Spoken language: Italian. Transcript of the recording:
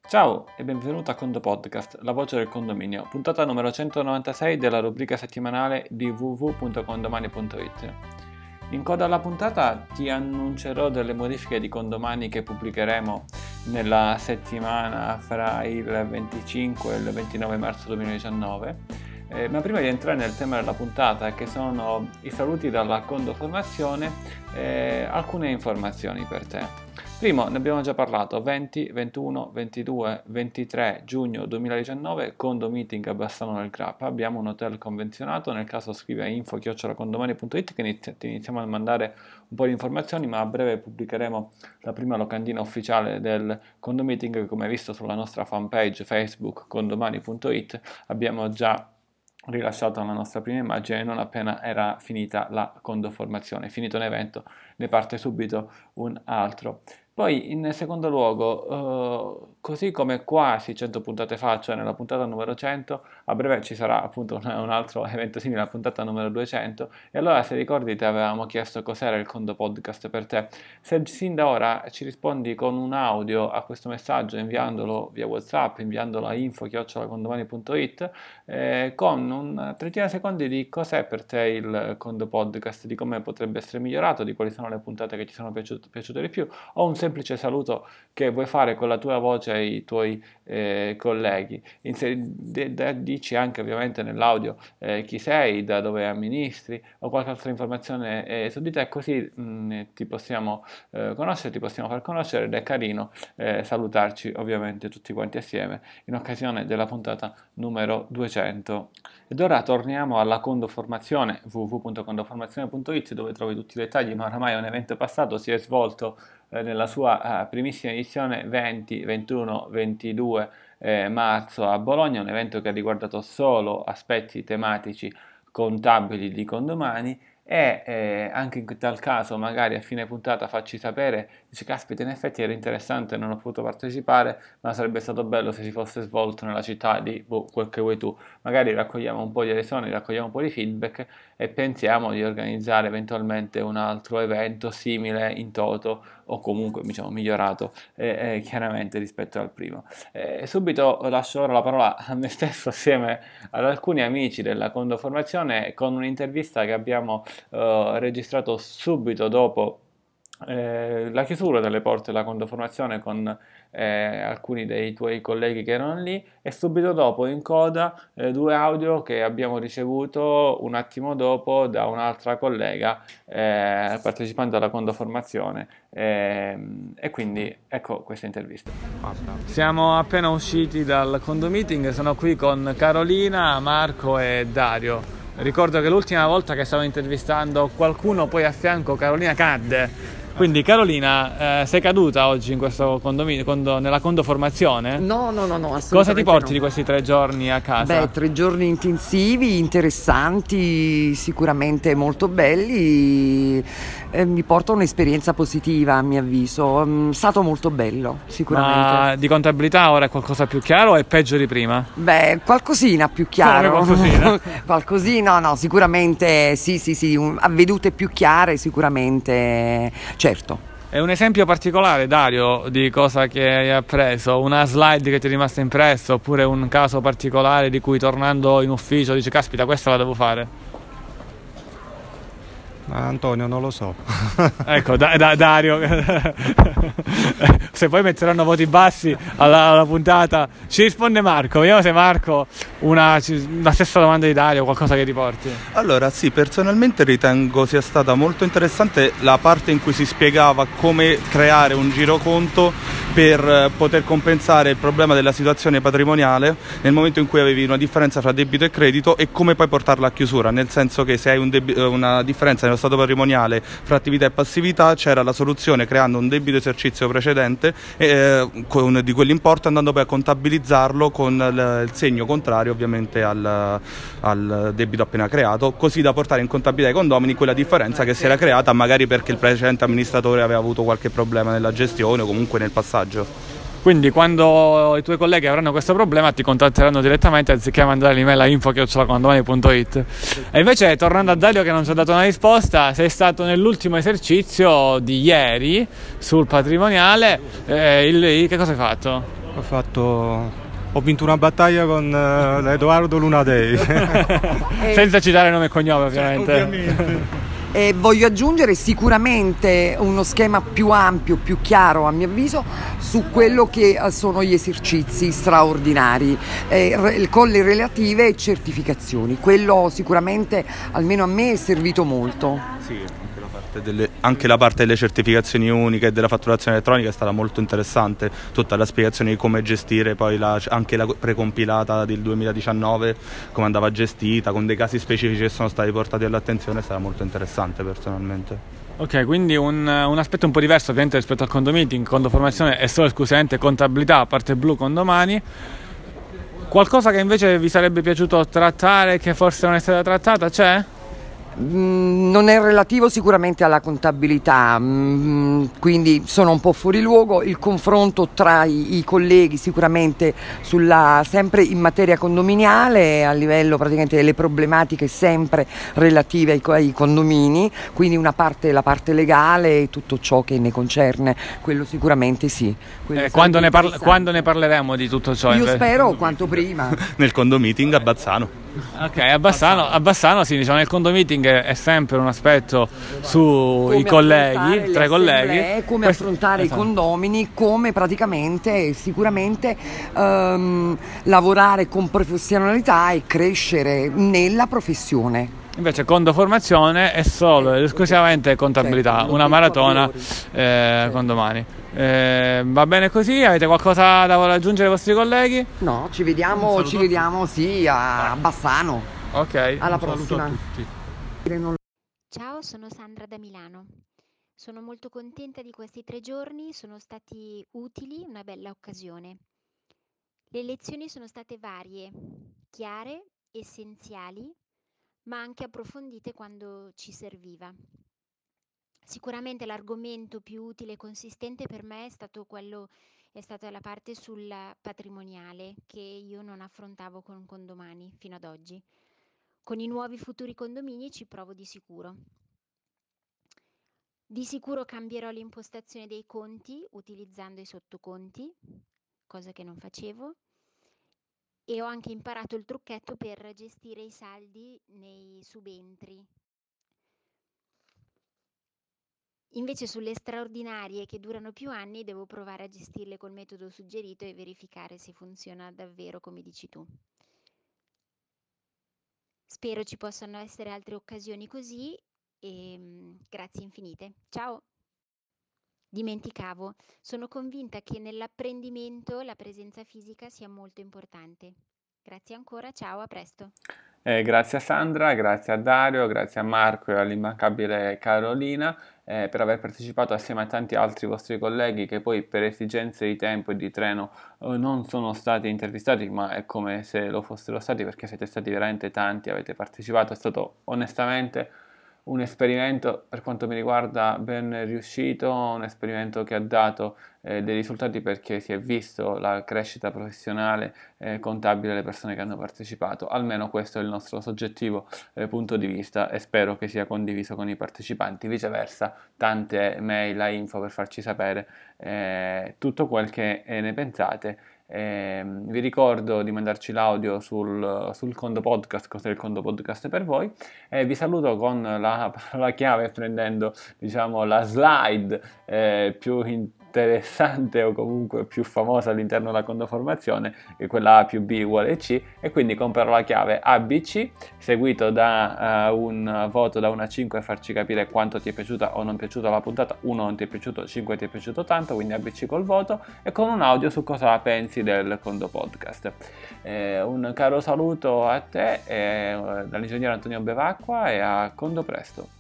Ciao e benvenuto a Condo Podcast, la voce del condominio, puntata numero 196 della rubrica settimanale di www.condomani.it. In coda alla puntata ti annuncerò delle modifiche di condomani che pubblicheremo nella settimana fra il 25 e il 29 marzo 2019. Ma prima di entrare nel tema della puntata, che sono i saluti dalla Condo Formazione, alcune informazioni per te. Primo, ne abbiamo già parlato, 20, 21, 22, 23 giugno 2019, Condo Meeting a Bassano del Grappa. Abbiamo un hotel convenzionato, nel caso scrivi a info@condomani.it che ti iniziamo a mandare un po' di informazioni, ma a breve pubblicheremo la prima locandina ufficiale del Condo Meeting, che come hai visto sulla nostra fanpage Facebook condomani.it abbiamo già rilasciato la nostra prima immagine non appena era finita la condoformazione. Finito un evento ne parte subito un altro. Poi in secondo luogo, così come quasi 100 puntate fa, cioè nella puntata numero 100, a breve ci sarà appunto un altro evento simile, la puntata numero 200, e allora se ricordi ti avevamo chiesto cos'era il Condo Podcast per te. Se sin da ora ci rispondi con un audio a questo messaggio, inviandolo via WhatsApp, inviandolo a info@condomani.it, con un 30 secondi di cos'è per te il Condo Podcast, di come potrebbe essere migliorato, di quali sono le puntate che ti sono piaciute di più, o un semplice saluto che vuoi fare con la tua voce ai tuoi colleghi. Dici anche ovviamente nell'audio chi sei, da dove amministri o qualche altra informazione su di te, così ti possiamo conoscere, ti possiamo far conoscere, ed è carino salutarci ovviamente tutti quanti assieme in occasione della puntata numero 200. Ed ora torniamo alla condoformazione, www.condoformazione.it, dove trovi tutti i dettagli, ma oramai è un evento passato, si è svolto nella sua primissima edizione 20, 21, 22 marzo a Bologna, un evento che ha riguardato solo aspetti tematici contabili di condomani. E anche in tal caso magari a fine puntata facci sapere, dici caspita, in effetti era interessante, non ho potuto partecipare, ma sarebbe stato bello se si fosse svolto nella città di quel che vuoi tu. Magari raccogliamo un po' di adesioni, raccogliamo un po' di feedback e pensiamo di organizzare eventualmente un altro evento simile in toto, o comunque diciamo migliorato chiaramente rispetto al primo. Subito lascio ora la parola a me stesso assieme ad alcuni amici della Condoformazione con un'intervista che abbiamo registrato subito dopo la chiusura delle porte della condoformazione con alcuni dei tuoi colleghi che erano lì, e subito dopo in coda due audio che abbiamo ricevuto un attimo dopo da un'altra collega partecipante alla condoformazione, e quindi ecco questa intervista. Siamo appena usciti dal condo meeting, sono qui con Carolina, Marco e Dario. Ricordo che l'ultima volta che stavo intervistando qualcuno poi a fianco Carolina cadde. Quindi Carolina, sei caduta oggi in questo condominio, nella condoformazione? No, assolutamente. Cosa ti porti di questi 3 giorni a casa? 3 giorni intensivi, interessanti, sicuramente molto belli. Mi porta un'esperienza positiva, a mio avviso. È stato molto bello, sicuramente. Ma di contabilità ora è qualcosa più chiaro o è peggio di prima? Qualcosina più chiaro. Qualcosina? Qualcosina, no, sicuramente sì, a vedute più chiare, sicuramente, certo. È un esempio particolare, Dario, di cosa che hai appreso? Una slide che ti è rimasta impressa, oppure un caso particolare di cui tornando in ufficio dici caspita, questa la devo fare? Antonio, non lo so. Ecco, Dario, se poi metteranno voti bassi alla puntata, ci risponde Marco. Vediamo se Marco la stessa domanda di Dario, qualcosa che riporti. Allora sì, personalmente ritengo sia stata molto interessante la parte in cui si spiegava come creare un giroconto per poter compensare il problema della situazione patrimoniale nel momento in cui avevi una differenza fra debito e credito, e come poi portarla a chiusura, nel senso che se hai una differenza nello stato patrimoniale fra attività e passività, c'era la soluzione creando un debito esercizio precedente di quell'importo, andando poi a contabilizzarlo con il segno contrario ovviamente al debito appena creato, così da portare in contabilità ai condomini quella differenza che si era creata magari perché il precedente amministratore aveva avuto qualche problema nella gestione o comunque nel passaggio. Quindi quando i tuoi colleghi avranno questo problema ti contatteranno direttamente anziché mandare l'email a info@condomani.it. E invece, tornando a Dario che non ci ha dato una risposta, sei stato nell'ultimo esercizio di ieri sul patrimoniale, che cosa hai fatto? Ho vinto una battaglia con Edoardo Lunadei. Senza citare nome e cognome, ovviamente. Ovviamente. E voglio aggiungere sicuramente uno schema più ampio, più chiaro a mio avviso su quello che sono gli esercizi straordinari con le relative certificazioni. Quello sicuramente almeno a me è servito molto. Sì, anche la parte delle certificazioni uniche e della fatturazione elettronica è stata molto interessante, tutta la spiegazione di come gestire poi anche la precompilata del 2019, come andava gestita, con dei casi specifici che sono stati portati all'attenzione, è stata molto interessante personalmente. Ok, quindi un aspetto un po' diverso ovviamente rispetto al condo meeting. Condo formazione è solo esclusivamente contabilità, a parte Blu Condomani. Qualcosa che invece vi sarebbe piaciuto trattare che forse non è stata trattata, c'è? Non è relativo sicuramente alla contabilità, quindi sono un po' fuori luogo. Il confronto tra i colleghi sicuramente sempre in materia condominiale, a livello praticamente delle problematiche sempre relative ai condomini, quindi la parte legale e tutto ciò che ne concerne, quello sicuramente sì. Quando ne parleremo di tutto ciò? Io spero quanto prima. Nel condo meeting a Bazzano. Ok, a Bassano sì, diciamo, nel condo meeting è sempre un aspetto sui colleghi, tra i colleghi. Come affrontare i condomini, come praticamente sicuramente lavorare con professionalità e crescere nella professione. Invece condo formazione è solo ed esclusivamente contabilità, una maratona condomani. Va bene così? Avete qualcosa da aggiungere ai vostri colleghi? No, ci vediamo sì a Bassano. Ok, alla prossima. Saluto a tutti. Ciao, sono Sandra da Milano. Sono molto contenta di questi 3 giorni, sono stati utili, una bella occasione. Le lezioni sono state varie, chiare, essenziali, ma anche approfondite quando ci serviva. Sicuramente l'argomento più utile e consistente per me è stata la parte sul patrimoniale, che io non affrontavo con Condomani fino ad oggi. Con i nuovi futuri condomini ci provo di sicuro. Di sicuro cambierò l'impostazione dei conti utilizzando i sottoconti, cosa che non facevo, e ho anche imparato il trucchetto per gestire i saldi nei subentri. Invece sulle straordinarie che durano più anni devo provare a gestirle col metodo suggerito e verificare se funziona davvero come dici tu. Spero ci possano essere altre occasioni così e grazie infinite. Ciao! Dimenticavo, sono convinta che nell'apprendimento la presenza fisica sia molto importante. Grazie ancora, ciao, a presto. Grazie a Sandra, grazie a Dario, grazie a Marco e all'immancabile Carolina per aver partecipato assieme a tanti altri vostri colleghi che poi per esigenze di tempo e di treno non sono stati intervistati, ma è come se lo fossero stati perché siete stati veramente tanti, avete partecipato, è stato onestamente un esperimento per quanto mi riguarda ben riuscito, un esperimento che ha dato dei risultati perché si è visto la crescita professionale contabile delle persone che hanno partecipato, almeno questo è il nostro soggettivo punto di vista e spero che sia condiviso con i partecipanti, viceversa tante mail a info per farci sapere tutto quel che ne pensate. Vi ricordo di mandarci l'audio sul Condo Podcast, cos'è il Condo Podcast per voi, vi saluto con la parola chiave prendendo diciamo la slide più interessante o comunque più famosa all'interno della condoformazione, che è quella A più B uguale C, e quindi con parola chiave ABC seguito da un voto da 1 a 5 a farci capire quanto ti è piaciuta o non piaciuta la puntata. 1 non ti è piaciuto, 5 ti è piaciuto tanto, quindi ABC col voto, e con un audio su cosa pensi del Condo Podcast. Un caro saluto a te dall'ingegnere Antonio Bevacqua e a Condo presto.